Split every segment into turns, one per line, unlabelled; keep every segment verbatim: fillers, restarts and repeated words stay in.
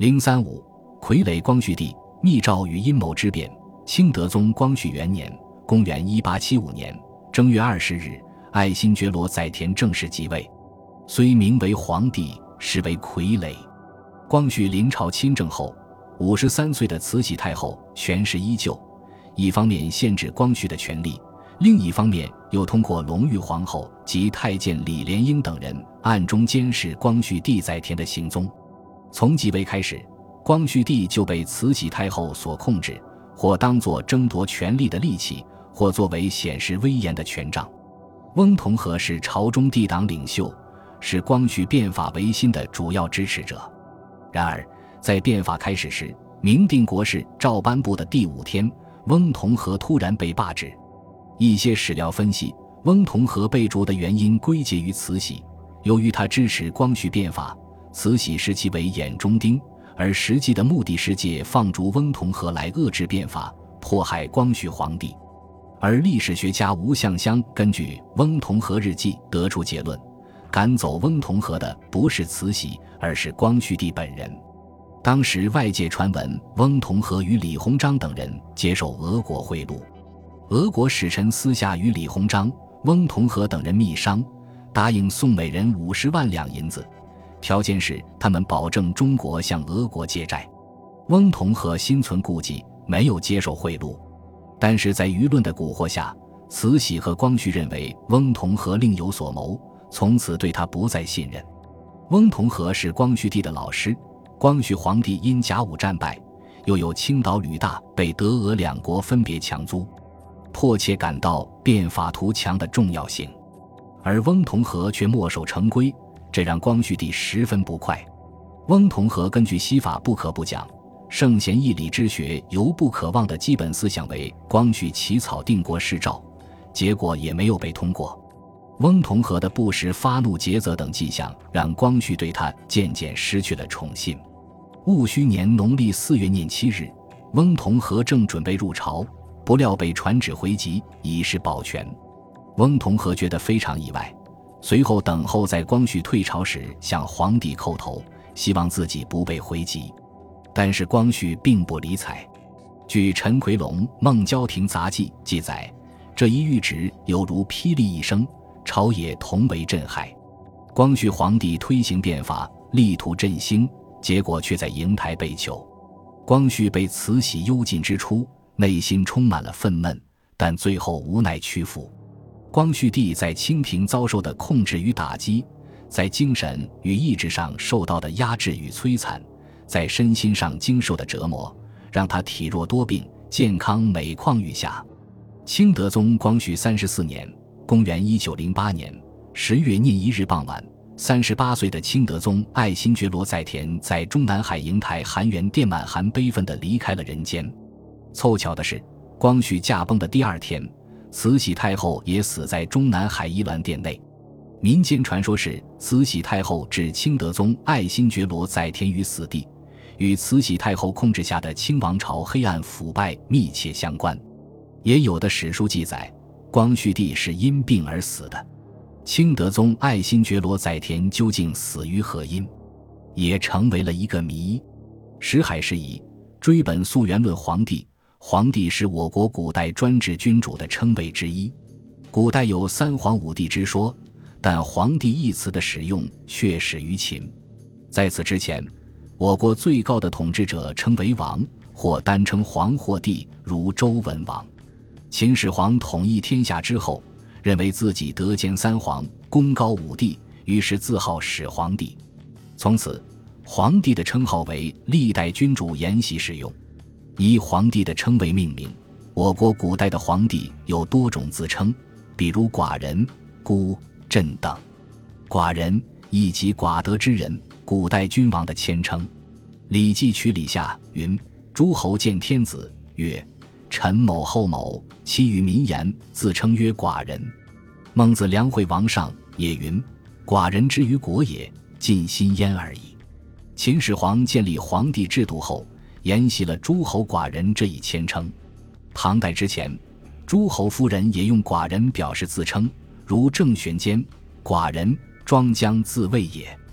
零三五傀儡光绪帝密诏与阴谋之变。清德宗光绪元年，公元一八七五年正月二十日，爱新觉罗载湉正式即位，虽名为皇帝，实为傀儡。光绪临朝亲政后，五十三岁的慈禧太后权势依旧，一方面限制光绪的权力，另一方面又通过隆裕皇后及太监李莲英等人暗中监视光绪帝载湉的行踪。从即位开始，光绪帝就被慈禧太后所控制，或当作争夺权力的利器，或作为显示威严的权杖。翁同龢是朝中帝党领袖，是光绪变法维新的主要支持者。然而在变法开始时，明定国事诏颁布的第五天，翁同龢突然被罢职。一些史料分析，翁同龢被逐的原因归结于慈禧，由于他支持光绪变法，慈禧视其为眼中钉，而实际的目的是借放逐翁同龢来遏制变法，迫害光绪皇帝。而历史学家吴向湘根据翁同龢日记得出结论，赶走翁同龢的不是慈禧，而是光绪帝本人。当时外界传闻翁同龢与李鸿章等人接受俄国贿赂，俄国使臣私下与李鸿章、翁同龢等人密商，答应送美人五十万两银子，条件是他们保证中国向俄国借债。翁同龢心存顾忌，没有接受贿赂，但是在舆论的蛊惑下，慈禧和光绪认为翁同龢另有所谋，从此对他不再信任。翁同龢是光绪帝的老师，光绪皇帝因甲午战败，又有青岛旅大被德俄两国分别强租，迫切感到变法图强的重要性，而翁同龢却墨守成规，这让光绪帝十分不快。翁同龢根据西法不可不讲，圣贤义理之学犹不可忘的基本思想为光绪起草定国誓诏，结果也没有被通过。翁同龢的不时发怒诘责等迹象，让光绪对他渐渐失去了宠信。戊戌年农历四月廿七日，翁同龢正准备入朝，不料被传旨回籍，以示保全。翁同龢觉得非常意外，随后等候在光绪退朝时向皇帝叩头，希望自己不被回籍。但是光绪并不理睬。据陈奎龙《孟郊亭杂记》记载，这一谕旨犹如霹雳一声，朝野同为震撼。光绪皇帝推行变法，力图振兴，结果却在瀛台被囚。光绪被慈禧幽禁之初，内心充满了愤懑，但最后无奈屈服。光绪帝在清廷遭受的控制与打击，在精神与意志上受到的压制与摧残，在身心上经受的折磨，让他体弱多病，健康每况愈下。清德宗光绪三十四年，公元一九零八年十月廿一日傍晚，三十八岁的清德宗爱新觉罗载湉在中南海瀛台含元殿满含悲愤地离开了人间。凑巧的是，光绪驾崩的第二天，慈禧太后也死在中南海颐銮殿内。民间传说是慈禧太后置清德宗爱新觉罗载湉于死地，与慈禧太后控制下的清王朝黑暗腐败密切相关。也有的史书记载，光绪帝是因病而死的。清德宗爱新觉罗载湉究竟死于何因，也成为了一个谜。石海是以追本溯源论皇帝，皇帝是我国古代专制君主的称谓之一。古代有三皇五帝之说，但皇帝一词的使用却始于秦。在此之前，我国最高的统治者称为王，或单称皇或帝，如周文王。秦始皇统一天下之后，认为自己德兼三皇，功高五帝，于是自号始皇帝。从此，皇帝的称号为历代君主沿袭使用，以皇帝的称谓命名。我国古代的皇帝有多种自称，比如寡人、孤、朕等。寡人亦即寡德之人，古代君王的谦称。礼记曲礼下云：诸侯见天子，曰臣某后某，其与民言，自称曰寡人。孟子梁惠王上也云：寡人之于国也，尽心焉而已。秦始皇建立皇帝制度后，沿袭了诸侯寡人这一谦称。唐代之前，诸侯夫人也用寡人表示自称，如郑玄间：寡人庄姜自谓也。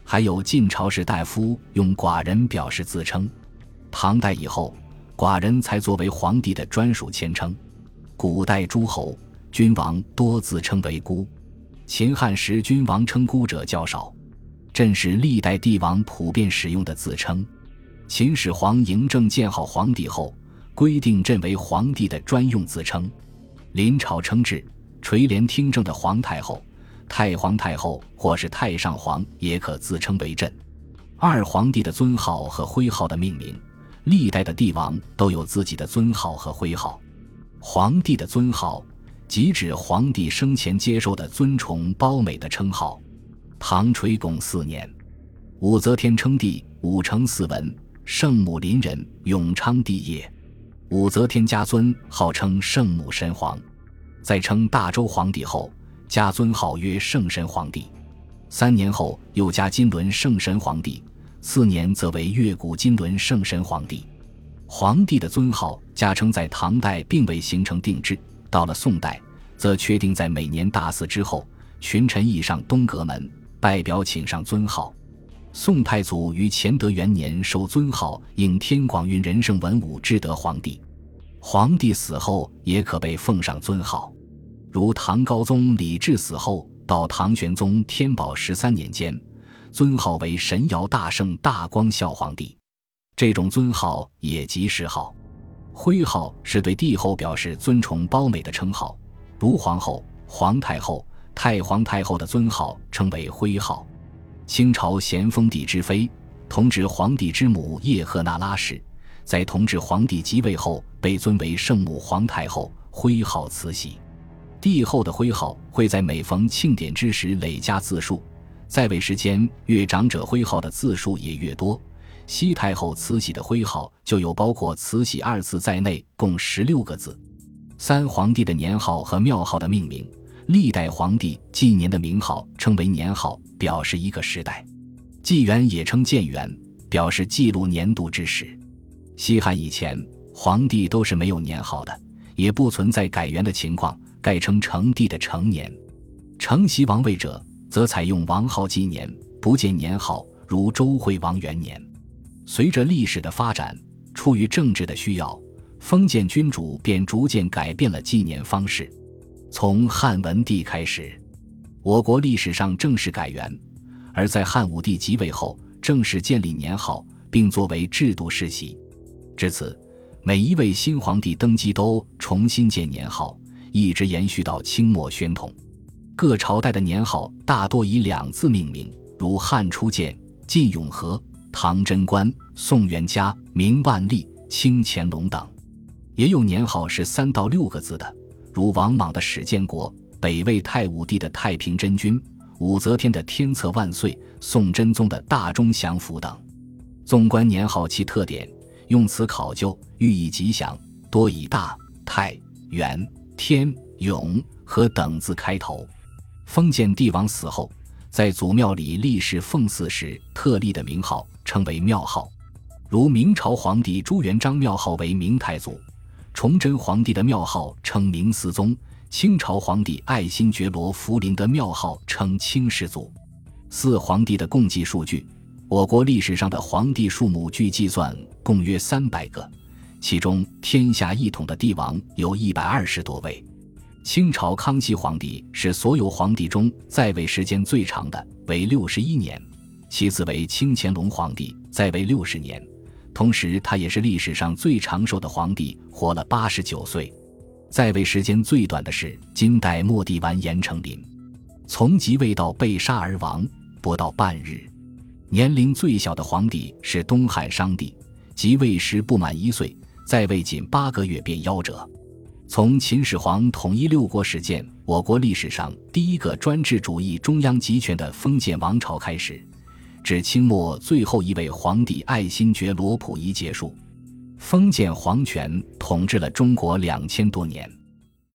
还有晋朝士大夫用寡人表示自称。唐代以后，寡人才作为皇帝的专属谦称。古代诸侯、君王多自称为孤，秦汉时君王称孤者较少。朕是历代帝王普遍使用的自称。秦始皇嬴政建好皇帝后，规定朕为皇帝的专用自称。临朝称制，垂帘听政的皇太后、太皇太后或是太上皇也可自称为朕。二皇帝的尊号和徽号的命名，历代的帝王都有自己的尊号和徽号。皇帝的尊号即指皇帝生前接受的尊崇褒美的称号。唐垂拱四年，武则天称帝，武承嗣文，圣母临人，永昌帝业。武则天加尊，号称圣母神皇。在称大周皇帝后，加尊号曰圣神皇帝。三年后又加金轮圣神皇帝，次年则为越古金轮圣神皇帝。皇帝的尊号加称在唐代并未形成定制，到了宋代则确定在每年大祀之后，群臣议上东阁门，拜表请上尊号。宋太祖于乾德元年授尊号应天广运仁圣文武至德皇帝。皇帝死后也可被奉上尊号，如唐高宗李治死后到唐玄宗天宝十三年间，尊号为神尧大圣大光孝皇帝。这种尊号也即谥号。徽号是对帝后表示尊崇褒美的称号，如皇后、皇太后、太皇太后的尊号称为徽号。清朝咸丰帝之妃、同治皇帝之母叶赫那拉氏，在同治皇帝即位后被尊为圣母皇太后，徽号慈禧。帝后的徽号会在每逢庆典之时累加字数，在位时间越长者徽号的字数也越多。西太后慈禧的徽号就有包括慈禧二字在内，共十六个字。三皇帝的年号和庙号的命名，历代皇帝纪年的名号称为年号，表示一个时代。纪元也称建元，表示记录年度之时。西汉以前，皇帝都是没有年号的，也不存在改元的情况，盖称成帝的成年。承袭王位者则采用王号纪年，不见年号，如周惠王元年。随着历史的发展，出于政治的需要，封建君主便逐渐改变了纪年方式。从汉文帝开始，我国历史上正式改元，而在汉武帝即位后，正式建立年号，并作为制度世袭。至此，每一位新皇帝登基都重新建年号，一直延续到清末宣统。各朝代的年号大多以两字命名，如汉初建、晋永和、唐贞观、宋元嘉、明万历、清乾隆等。也有年号是三到六个字的，如王莽的始建国、北魏太武帝的太平真君、武则天的天策万岁、宋真宗的大中祥符等。纵观年号其特点，用词考究，寓意吉祥，多以大、太、元、天、永和等字开头。封建帝王死后，在祖庙里立誓奉祀时特立的名号称为庙号，如明朝皇帝朱元璋庙号为明太祖，崇祯皇帝的庙号称明思宗，清朝皇帝爱新觉罗福临的庙号称清世祖。四皇帝的共计数据，我国历史上的皇帝数目据计算共约三百个，其中天下一统的帝王有一百二十多位。清朝康熙皇帝是所有皇帝中在位时间最长的，为六十一年，其次为清乾隆皇帝，在位六十年，同时他也是历史上最长寿的皇帝，活了八十九岁。在位时间最短的是金代末帝完颜承麟，从即位到被杀而亡不到半日。年龄最小的皇帝是东汉商帝，即位时不满一岁，在位仅八个月便夭折。从秦始皇统一六国始建我国历史上第一个专制主义中央集权的封建王朝开始，至清末最后一位皇帝爱新觉罗溥仪结束，封建皇权统治了中国两千多年。